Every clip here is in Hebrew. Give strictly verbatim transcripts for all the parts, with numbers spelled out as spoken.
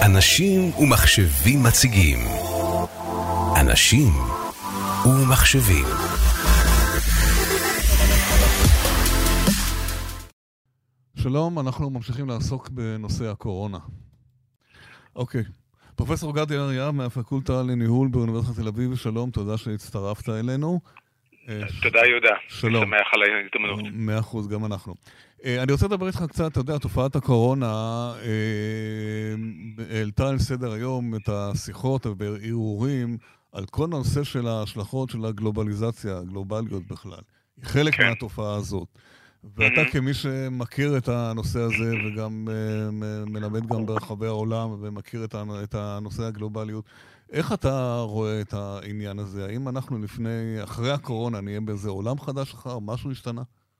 אנשים ומחשבים מציגים. אנשים ומחשבים. שלום, אנחנו ממשיכים לעסוק בנושא הקורונה. אוקיי, פרופסור גדי אריה מהפקולטה לניהול באוניברסיטת תל אביב, שלום, תודה שהצטרפת אלינו. תודה יהודה, שלום. אני שמח על ההזדמנות. מאה אחוז, גם אנחנו. אני רוצה לדבר איתך קצת, אתה יודע, תופעת הקורונה העלתה על סדר היום את השיחות והערעורים על כל הנושא של ההשלכות של הגלובליזציה, הגלובליות בכלל. היא חלק כן. מהתופעה הזאת. ואתה mm-hmm. כמי שמכיר את הנושא הזה וגם uh, מלמד גם ברחבי העולם ומכיר את, את הנושא הגלובליות, איך אתה רואה את העניין הזה? האם אנחנו לפני, אחרי הקורונה, נהיה באיזה עולם חדש אחר? משהו השתנה?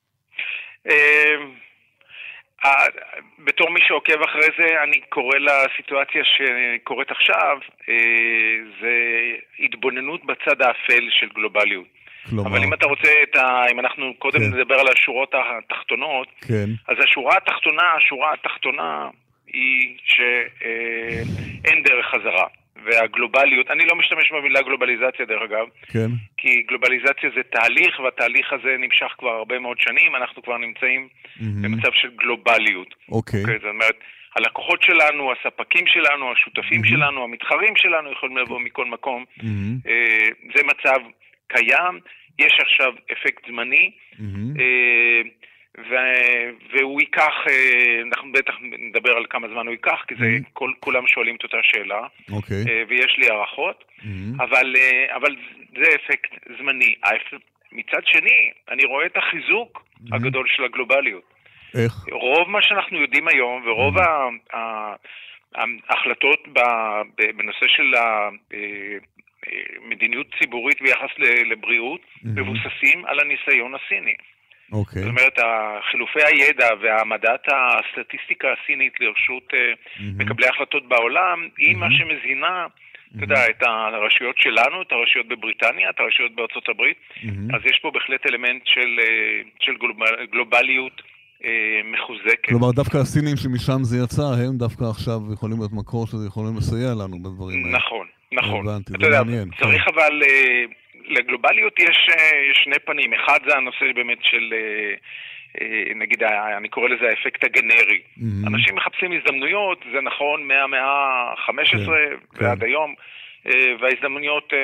בתור מי שעוקב אחרי זה, אני קורא לסיטואציה שקורית עכשיו, זה התבוננות בצד האפל של גלובליות. כלומר. אבל אם אתה רוצה, את ה... אם אנחנו קודם כן. נדבר על השורות התחתונות, כן. אז השורה התחתונה, השורה התחתונה היא שאין דרך חזרה. והגלובליות, אני לא משתמש במילה גלובליזציה דרך אגב, כן. כי גלובליזציה זה תהליך, והתהליך הזה נמשך כבר הרבה מאוד שנים, אנחנו כבר נמצאים mm-hmm. במצב של גלובליות. אוקיי. Okay. Okay, זאת אומרת, הלקוחות שלנו, הספקים שלנו, השותפים mm-hmm. שלנו, המתחרים שלנו יכולים לבוא מכל מקום. Mm-hmm. זה מצב קיים, יש עכשיו אפקט זמני, mm-hmm. והוא ייקח, אנחנו בטח נדבר על כמה זמן הוא ייקח, כי זה mm-hmm. כל, כולם שואלים את אותה שאלה, okay. ויש לי הערכות, mm-hmm. אבל, אבל זה אפקט זמני. מצד שני, אני רואה את החיזוק mm-hmm. הגדול של הגלובליות. איך? רוב מה שאנחנו יודעים היום, ורוב mm-hmm. ההחלטות בנושא של ה... מדיניות ציבורית ביחס לבריאות, mm-hmm. מבוססים על הניסיון הסיני. Okay. זאת אומרת, חילופי הידע והעמדת הסטטיסטיקה הסינית לרשות mm-hmm. מקבלי החלטות בעולם, mm-hmm. היא מה שמזינה, mm-hmm. אתה יודע, את הרשויות שלנו, את הרשויות בבריטניה, את הרשויות בארצות הברית, mm-hmm. אז יש פה בהחלט אלמנט של, של גלובל, גלובליות מחוזקת. כלומר, דווקא הסינים שמשם זה יצא, הם דווקא עכשיו יכולים להיות מקור שזה יכולים לסייע לנו בדברים האלה. נכון, נכון. הבנתי, אתה יודע, צריך אבל... לגלובליות יש שני פנים. אחד זה הנושא באמת של, נגיד, אני קורא לזה האפקט הגנרי. Mm-hmm. אנשים מחפשים הזדמנויות, זה נכון, מהמאה ה-חמש עשרה okay. ועד okay. היום, וההזדמנויות,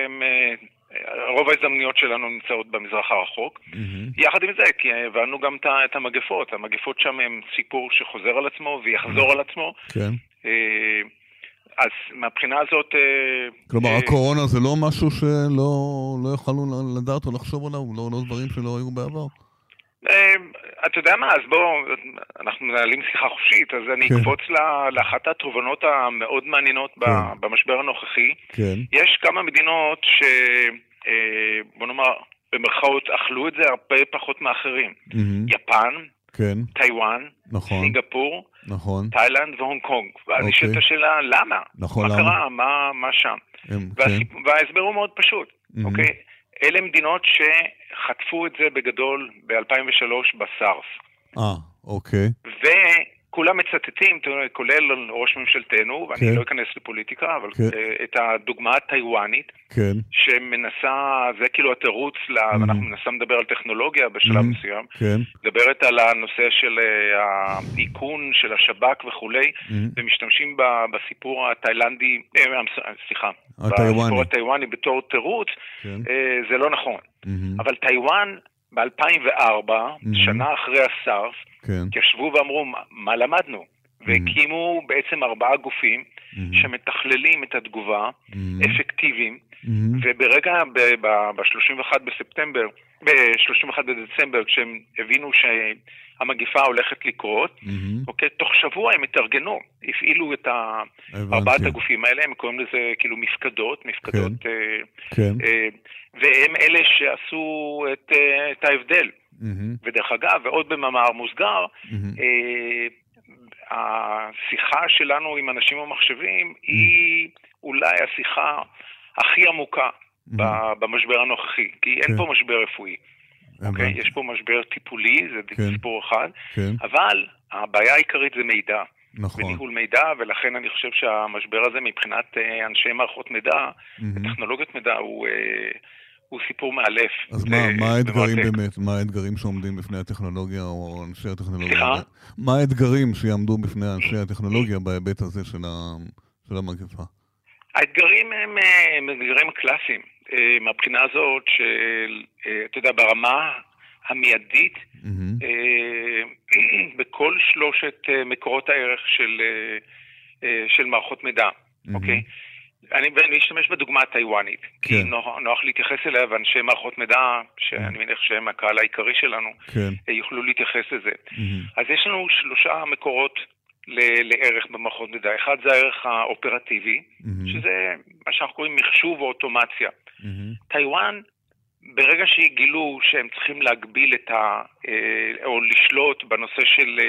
רוב ההזדמנויות שלנו נמצאות במזרח הרחוק. Mm-hmm. יחד עם זה, כי הבנו גם את המגפות. המגפות שם הם סיפור שחוזר על עצמו ויחזור mm-hmm. על עצמו. כן. Okay. אז מהבחינה הזאת... כלומר, הקורונה זה לא משהו שלא לא יכולנו לדעת או לחשוב עליו, לא, לא דברים שלא היו בעבר? אתה יודע מה, אז בואו, אנחנו מנהלים שיחה חופשית, אז אני אקפוץ לאחת התובנות המאוד מעניינות במשבר הנוכחי. יש כמה מדינות ש... בוא נאמר, במרכאות אכלו את זה הרבה פחות מאחרים. יפן, טיואן, סינגפור, נכון. תאילנד והונג קונג. ואז okay. יש את השאלה, למה? נכון, מה למה? קרה? מה, מה שם? הם, והסיפ... כן. וההסבר הוא מאוד פשוט. Mm-hmm. אוקיי? אלה מדינות שחטפו את זה בגדול ב-אלפיים ושלוש בסארס. אה, אוקיי. וכולם מצטטים, כולל ראש ממשלתנו, ואני כן. לא אכנס לפוליטיקה, אבל כן. את הדוגמה הטיואנית, כן. שמנסה, זה כאילו התירוץ, לה, mm-hmm. ואנחנו מנסה לדבר על טכנולוגיה בשלב mm-hmm. מסוים, כן. מדברת על הנושא של האיכון של השב"כ וכולי, mm-hmm. ומשתמשים בסיפור התאילנדי, סליחה, בסיפור הטיואני בתור תירוץ, כן. זה לא נכון. Mm-hmm. אבל טיואן ב-אלפיים וארבע, mm-hmm. שנה אחרי הסארס, כן. ישבו ואמרו, מה, מה למדנו? Mm-hmm. והקימו בעצם ארבעה גופים mm-hmm. שמתכללים את התגובה, mm-hmm. אפקטיביים, mm-hmm. וברגע, ב-שלושים ואחד בספטמבר, ב-שלושים ואחד בדצמבר, כשהם הבינו שהמגיפה הולכת לקרות, mm-hmm. אוקיי, תוך שבוע הם התארגנו, הפעילו את ארבעת הגופים האלה, הם קוראים לזה כאילו מפקדות, מפקדות, כן. אה, כן. אה, והם אלה שעשו את, אה, את ההבדל. Mm-hmm. ודרך אגב, ועוד במאמר מוסגר, mm-hmm. אה, השיחה שלנו עם אנשים ומחשבים mm-hmm. היא אולי השיחה הכי עמוקה mm-hmm. במשבר הנוכחי, כי אין כן. פה משבר רפואי. אוקיי? יש פה משבר טיפולי, זה כן. סיפור אחד, כן. אבל הבעיה העיקרית זה מידע. נכון. וניהול מידע, ולכן אני חושב שהמשבר הזה מבחינת אנשי מערכות מידע, mm-hmm. טכנולוגיות מידע, הוא, הוא סיפור מאלף. אז מה, מה האתגרים באמת? מה האתגרים שעומדים בפני הטכנולוגיה או אנשי הטכנולוגיה? סליחה? מה האתגרים שיעמדו בפני אנשי הטכנולוגיה בהיבט הזה של, ה, של המגפה? האתגרים הם, הם אתגרים קלאסיים. מהבחינה הזאת של, אתה יודע, ברמה המיידית, mm-hmm. בכל שלושת מקורות הערך של, של מערכות מידע, mm-hmm. אוקיי? אני, אני אשתמש בדוגמה הטיוואנית, כן. כי נוח, נוח להתייחס אליה, ואנשי מערכות מידע, שאני מניח שהם הקהל העיקרי שלנו, כן. יוכלו להתייחס לזה. Mm-hmm. אז יש לנו שלושה מקורות לערך במערכות מידע. אחד זה הערך האופרטיבי, mm-hmm. שזה מה שאנחנו קוראים מחשוב ואוטומציה. Mm-hmm. טיוואן, ברגע שגילו שהם צריכים להגביל את ה... או לשלוט בנושא של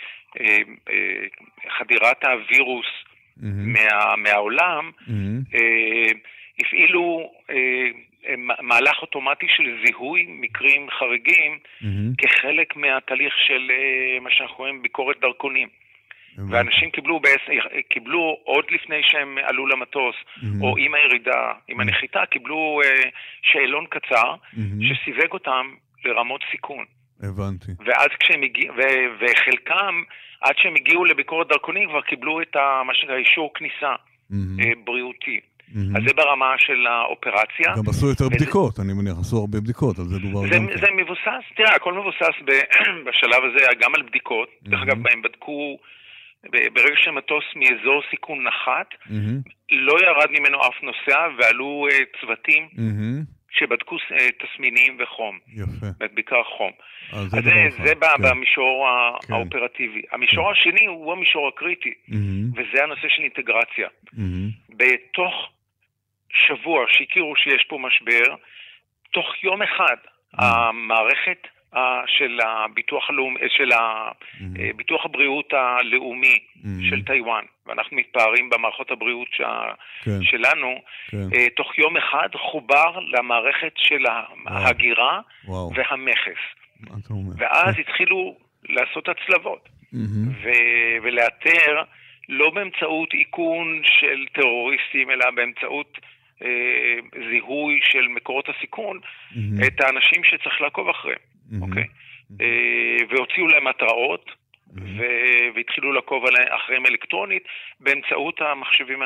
חדירת הווירוס mm-hmm. מה, מהעולם, mm-hmm. הפעילו מהלך אוטומטי של זיהוי מקרים חריגים mm-hmm. כחלק מהתהליך של מה שאנחנו קוראים ביקורת דרכונים. ואנשים קיבלו, קיבלו עוד לפני שהם עלו למטוס, mm-hmm. או עם הירידה, עם הנחיתה, קיבלו uh, שאלון קצר, mm-hmm. שסיווג אותם לרמות סיכון. הבנתי. ואז כשהם הגיעו, ו- וחלקם, עד שהם הגיעו לביקורת דרכונים, כבר קיבלו את ה- מה שנקרא אישור כניסה mm-hmm. uh, בריאותי. Mm-hmm. אז זה ברמה של האופרציה. גם עשו יותר בדיקות, וזה... אני מניח, עשו הרבה בדיקות, על זה דובר זה, גם זה כן. מבוסס, תראה, הכל מבוסס ב- בשלב הזה, גם על בדיקות. Mm-hmm. דרך אגב, הם בדקו... ברגע שמטוס מאזור סיכון נחת, mm-hmm. לא ירד ממנו אף נוסע, ועלו uh, צוותים mm-hmm. שבדקו uh, תסמינים וחום. יפה. בעיקר חום. אז זה, זה, זה כן. במישור כן. האופרטיבי. המישור כן. השני הוא המישור הקריטי, mm-hmm. וזה הנושא של אינטגרציה. Mm-hmm. בתוך שבוע שהכירו שיש פה משבר, תוך יום אחד mm-hmm. המערכת של הביטוח הלאומי, של הביטוח הבריאות הלאומי של טיוואן, ואנחנו מתפארים במערכות הבריאות שלנו, תוך יום אחד חובר למערכת של ההגירה והמכס. ואז התחילו לעשות הצלבות, ולאתר לא באמצעות איכון של טרוריסטים, אלא באמצעות זיהוי של מקורות הסיכון, את האנשים שצריך לעקוב אחריהם. אוקיי. והוציאו להם התראות, והתחילו לעקוב אחריהם אלקטרונית, באמצעות המחשבים,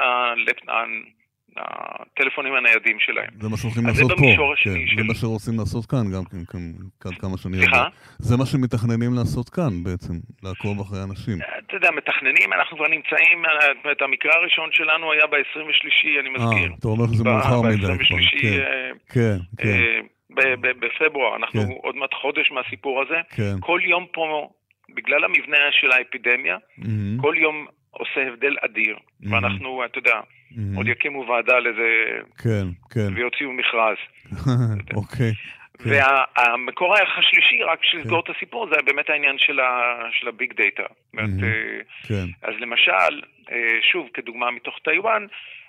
הטלפונים הניידים שלהם. זה מה שהולכים לעשות פה. זה מה שרוצים לעשות כאן, גם כמה שנים. סליחה? זה מה שמתכננים לעשות כאן בעצם, לעקוב אחרי אנשים. אתה יודע, מתכננים, אנחנו כבר נמצאים, את המקרה הראשון שלנו היה ב-עשרים ושלישי, אני מזכיר. אתה אומר שזה מאוחר מדי. ב-עשרים ושלישי, כן, כן. בפברואר, אנחנו כן. עוד מעט חודש מהסיפור הזה. כן. כל יום פה, בגלל המבנה של האפידמיה, mm-hmm. כל יום עושה הבדל אדיר. Mm-hmm. ואנחנו, אתה יודע, mm-hmm. עוד יקימו ועדה לזה, כן, כן. ויוציאו מכרז. אוקיי. כן. והמקור הערך השלישי, רק שסגור כן. את הסיפור, זה באמת העניין של, ה, של הביג דאטה. Mm-hmm. כן. אז למשל, שוב, כדוגמה מתוך טיוואן,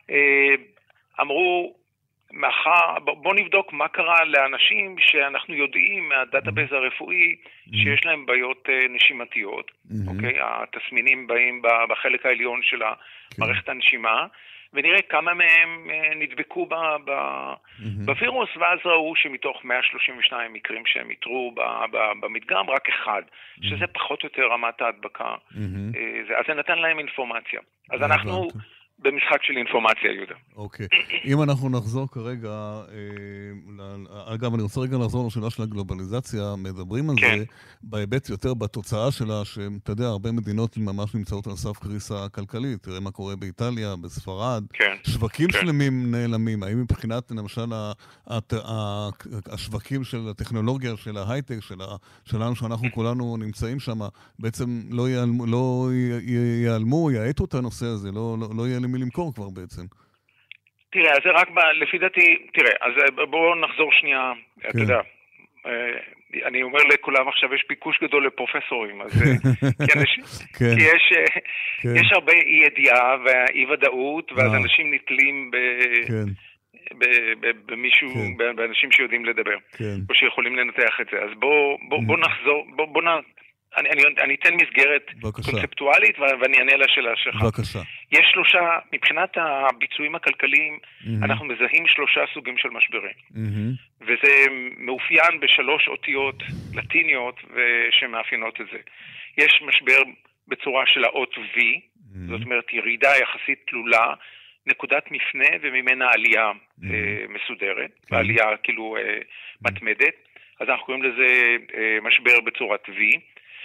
אמרו, מאחר, בוא נבדוק מה קרה לאנשים שאנחנו יודעים מהדאטאבייס הרפואי שיש להם בעיות נשימתיות, אוקיי? התסמינים באים בחלק העליון של מערכת הנשימה, ונראה כמה מהם נדבקו בווירוס, ואז ראו שמתוך מאה שלושים ושניים מקרים שהם יתרו במדגם, רק אחד, שזה פחות או יותר רמת ההדבקה. אז זה נתן להם אינפורמציה. אז אנחנו... במשחק של אינפורמציה, יהודה. אוקיי. אם אנחנו נחזור כרגע, אגב, אני רוצה רגע לחזור לשאלה של הגלובליזציה, מדברים על זה בהיבט יותר בתוצאה שלה, שאתה יודע, הרבה מדינות ממש נמצאות על סף קריסה כלכלית. תראה מה קורה באיטליה, בספרד. שווקים שלמים נעלמים. האם מבחינת, למשל, השווקים של הטכנולוגיה, של ההייטק, שלנו, שאנחנו כולנו נמצאים שם, בעצם לא ייעלמו, יעטו את הנושא הזה, לא יהיה למי למכור כבר בעצם. תראה, אז זה רק ב... לפי דעתי, תראה, אז בואו נחזור שנייה, כן. אתה יודע, אני אומר לכולם עכשיו, יש ביקוש גדול לפרופסורים, אז כן, יש, כן. כי יש, כן. יש הרבה אי ידיעה ואי ודאות, ואז אה. אנשים נתלים ב... כן. במישהו, כן. באנשים שיודעים לדבר, כן. או שיכולים לנתח את זה. אז בוא, בוא, בוא נחזור, בוא, בוא נ... אני, אני, אני אתן מסגרת בבקשה. קונספטואלית ואני אענה לשאלה שלך. בבקשה. יש שלושה, מבחינת הביצועים הכלכליים, mm-hmm. אנחנו מזהים שלושה סוגים של משברים. Mm-hmm. וזה מאופיין בשלוש אותיות לטיניות שמאפיינות את זה. יש משבר בצורה של האות V, mm-hmm. זאת אומרת ירידה יחסית תלולה, נקודת מפנה וממנה עלייה mm-hmm. אה, מסודרת, mm-hmm. ועלייה כאילו אה, מתמדת. אז אנחנו קוראים לזה אה, משבר בצורת V.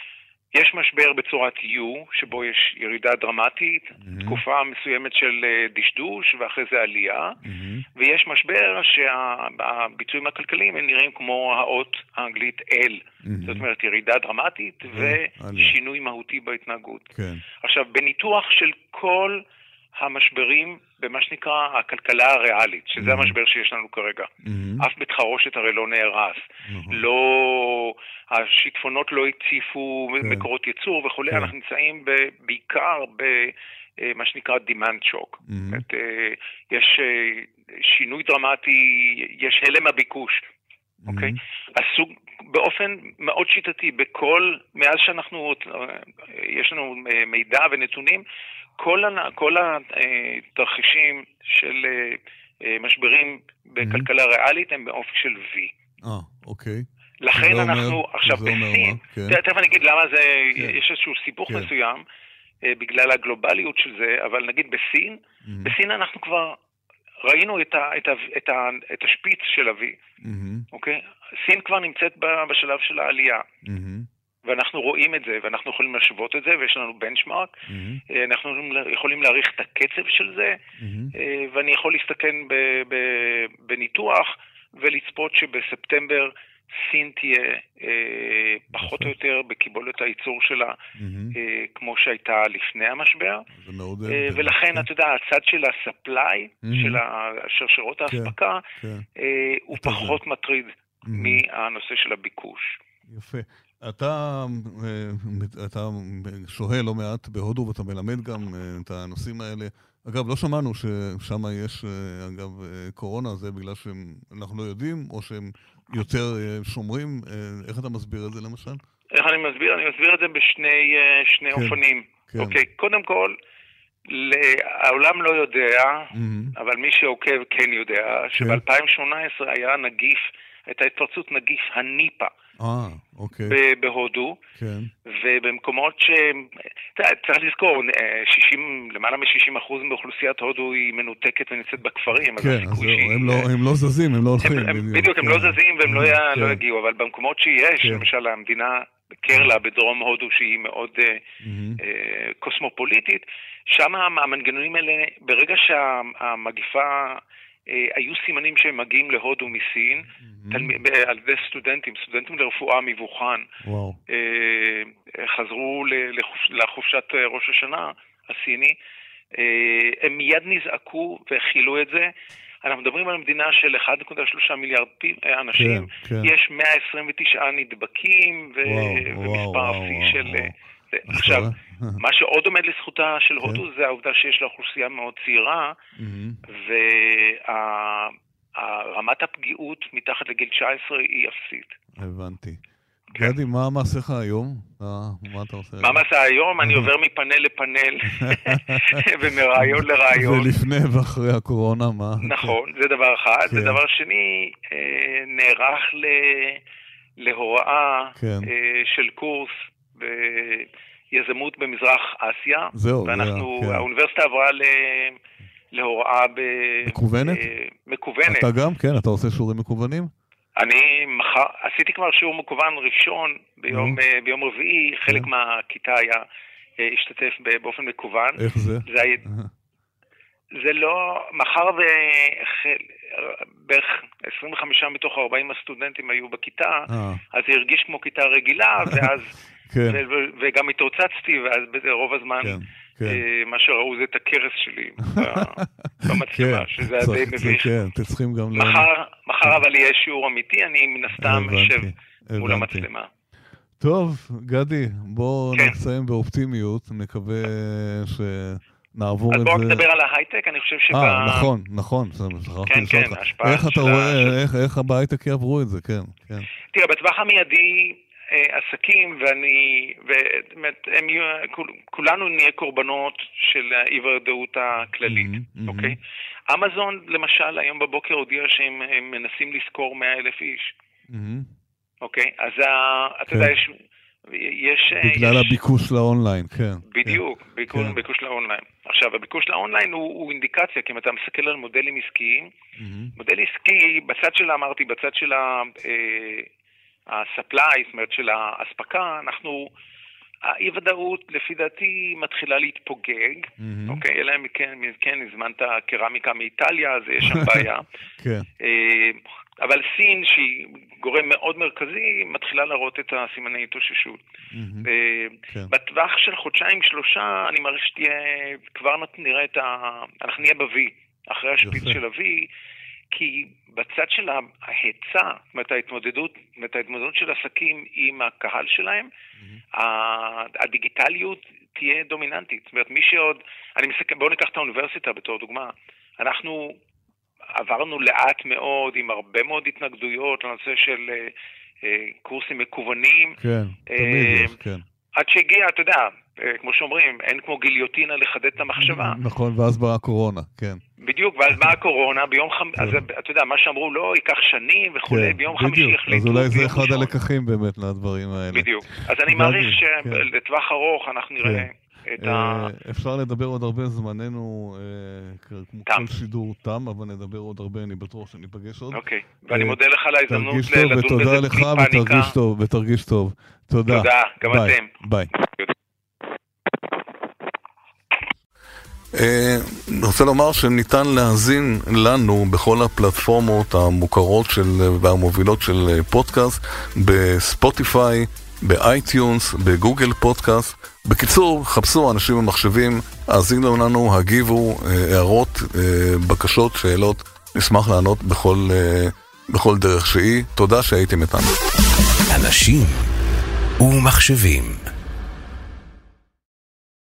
יש משבר בצורת U, שבו יש ירידה דרמטית, mm-hmm. תקופה מסוימת של אה, דשדוש, ואחרי זה עלייה. Mm-hmm. ויש משבר שהביצועים הכלכליים הם נראים כמו האות האנגלית L. Mm-hmm. זאת אומרת, ירידה דרמטית mm-hmm. ושינוי מהותי בהתנהגות. כן. עכשיו, בניתוח של כל המשברים במה שנקרא הכלכלה הריאלית, שזה mm-hmm. המשבר שיש לנו כרגע. Mm-hmm. אף בית חרושת הרי לא נהרס. Mm-hmm. לא, השיטפונות לא הציפו okay. מקורות ייצור וכו'. Okay. אנחנו נמצאים ב, בעיקר במה שנקרא demand shock. Mm-hmm. את, יש שינוי דרמטי, יש הלם הביקוש. אוקיי? Mm-hmm. הסוג, באופן מאוד שיטתי, בכל, מאז שאנחנו, יש לנו מידע ונתונים, כל, כל התרחישים של משברים בכלכלה ריאלית הם באופי של V. אה, אוקיי. לכן אנחנו, עכשיו בסין, תכף אני אגיד למה זה, יש איזשהו סיפוך מסוים, בגלל הגלובליות של זה, אבל נגיד בסין, בסין אנחנו כבר ראינו את, ה, את, ה, את, ה, את השפיץ של ה-V, אוקיי? סין כבר נמצאת בשלב של העלייה. ואנחנו רואים את זה, ואנחנו יכולים לשוות את זה, ויש לנו בנצ'מארק, mm-hmm. אנחנו יכולים להעריך את הקצב של זה, mm-hmm. ואני יכול להסתכן ב- ב- בניתוח, ולצפות שבספטמבר סין תהיה אה, פחות או יותר בקיבולת הייצור שלה, mm-hmm. אה, כמו שהייתה לפני המשבר, אה, ולכן, אתה יודע, הצד של הספליי, mm-hmm. של השרשרות ההספקה, okay. okay. אה, הוא פחות זה. מטריד mm-hmm. מהנושא של הביקוש. יפה. אתה, אתה שוהה לא מעט בהודו ואתה מלמד גם את הנושאים האלה. אגב, לא שמענו ששם יש, אגב, קורונה, זה בגלל שאנחנו לא יודעים, או שהם יותר שומרים. איך אתה מסביר את זה למשל? איך אני מסביר? אני מסביר את זה בשני שני כן, אופנים. כן. אוקיי, קודם כל, העולם לא יודע, mm-hmm. אבל מי שעוקב כן יודע, כן. שב-אלפיים שמונה עשרה היה נגיף, הייתה התפרצות נגיף הניפה. אה, אוקיי. בהודו, כן. ובמקומות ש... צריך לזכור, שישים, למעלה מ-שישים אחוז מאוכלוסיית הודו היא מנותקת ונמצאת בכפרים. כן, אז הם, לא, הם לא זזים, הם לא הולכים. הם, הם, בדיוק, הם כן. לא זזים והם לא, כן. לא יגיעו, אבל במקומות שיש, כן. למשל המדינה קרלה בדרום הודו שהיא מאוד mm-hmm. uh, קוסמופוליטית, שם המנגנונים האלה, ברגע שהמגיפה... היו סימנים שהם מגיעים להודו מסין, על ידי סטודנטים, סטודנטים לרפואה מבוכן, חזרו לחופשת ראש השנה הסיני, הם מיד נזעקו והכילו את זה. אנחנו מדברים על מדינה של אחד נקודה שלושה מיליארד אנשים, יש מאה עשרים ותשעה נדבקים ומספר אפסי של... עכשיו, מה שעוד עומד לזכותה של הודו זה העובדה שיש לה אוכלוסייה מאוד צעירה, ורמת הפגיעות מתחת לגיל תשע עשרה היא אפסית. הבנתי. גדי, מה מעשיך היום? מה אתה עושה? מה מעשה היום? אני עובר מפאנל לפאנל, ומרעיון לרעיון. ולפני ואחרי הקורונה, מה? נכון, זה דבר אחד. ודבר שני, נערך להוראה של קורס, ביזמות במזרח אסיה, זהו, ואנחנו, זה, כן. האוניברסיטה עברה ל... להוראה ב... מקוונת? מקוונת. אתה גם? כן, אתה עושה שיעורים מקוונים? אני מחר, עשיתי כבר שיעור מקוון ראשון ביום, mm. ביום רביעי, חלק yeah. מהכיתה היה השתתף באופן מקוון. איך זה? זה, היה... זה לא, מחר בערך עשרים וחמישה מתוך ארבעים הסטודנטים היו בכיתה, ah. אז זה הרגיש כמו כיתה רגילה, ואז, כן. ו, וגם התרוצצתי, ואז רוב הזמן, כן, כן. מה שראו זה את הכרס שלי במצלמה, כן, שזה היה די מביך. כן, תצריכים גם... מחר, מחר אבל יהיה שיעור אמיתי, אני מן הסתם אשב מול המצלמה. טוב, גדי, בואו כן. נסיים באופטימיות, נקווה ש... נעבור את זה... אז בואו נדבר על ההייטק, אני חושב שב... אה, נכון, נכון. כן, כן, השפעה... איך אתה רואה, איך בהייטק יעברו את זה, כן, כן. תראה, בטווח המיידי, עסקים, ואני, ובאמת, הם, כולנו נהיה קורבנות של האי-ודאות הכללית, mm-hmm, אוקיי? Mm-hmm. אמזון, למשל, היום בבוקר הודיע שהם מנסים לזכור מאה אלף איש. Mm-hmm. אוקיי? אז אתה כן. יודע, יש... יש, בגלל יש... הביקוש לאונליין, כן. בדיוק, כן. ביקוש, כן. ביקוש לאונליין. עכשיו, הביקוש לאונליין הוא, הוא אינדיקציה, כי אם אתה מסתכל על מודלים עסקיים, mm-hmm. מודל עסקי, בצד שלה, אמרתי, בצד של ה-supply, זאת אומרת, של ההספקה, אנחנו, האי-ודאות, לפי דעתי, מתחילה להתפוגג, mm-hmm. אוקיי? אלא אם כן, כן, הזמנת קרמיקה מאיטליה, אז יש שם בעיה. כן. אבל סין, שהיא גורם מאוד מרכזי, מתחילה להראות את הסימני התאוששות. בטווח של חודשיים שלושה, אני מעריך שתהיה, כבר נראה את ה... אנחנו נהיה ב-V, אחרי השפיץ של ה-V, כי בצד של ההיצע, זאת אומרת ההתמודדות, זאת אומרת ההתמודדות של עסקים עם הקהל שלהם, הדיגיטליות תהיה דומיננטית. זאת אומרת, מי שעוד... אני מסתכל, בואו ניקח את האוניברסיטה בתור דוגמה. אנחנו... עברנו לאט מאוד, עם הרבה מאוד התנגדויות, לנושא של אה, קורסים מקוונים. כן, תמיד יש, כן. עד שהגיע, אתה יודע, אה, כמו שאומרים, אין כמו גיליוטינה לחדד את המחשבה. נכון, ואז באה הקורונה, כן. בדיוק, ואז באה הקורונה, ביום חמישי, כן. אז אתה יודע, מה שאמרו, לא, ייקח שנים וכולי, כן, ביום בדיוק. חמישי החליטו. אז אולי זה אחד ראשון. הלקחים באמת לדברים האלה. בדיוק. אז אני מעריך שלטווח כן. ארוך אנחנו נראה... כן. ה... אפשר לדבר עוד הרבה, זמננו כמו כל שידור תם, אבל נדבר עוד הרבה, אני בטוח שניפגש עוד. אוקיי, ואני מודה לך על ההזדמנות לדון בזה בלי פאניקה. ותודה לך, ותרגיש טוב, ותרגיש טוב. תודה. תודה, גם אתם. ביי. אני רוצה לומר שניתן להאזין לנו בכל הפלטפורמות המוכרות והמובילות של פודקאסט, בספוטיפיי, באייטיונס, בגוגל פודקאסט. בקיצור, חפשו אנשים ומחשבים, האזינו לנו, הגיבו, הערות, בקשות, שאלות, נשמח לענות בכל, בכל דרך שהיא. תודה שהייתם איתנו. אנשים ומחשבים.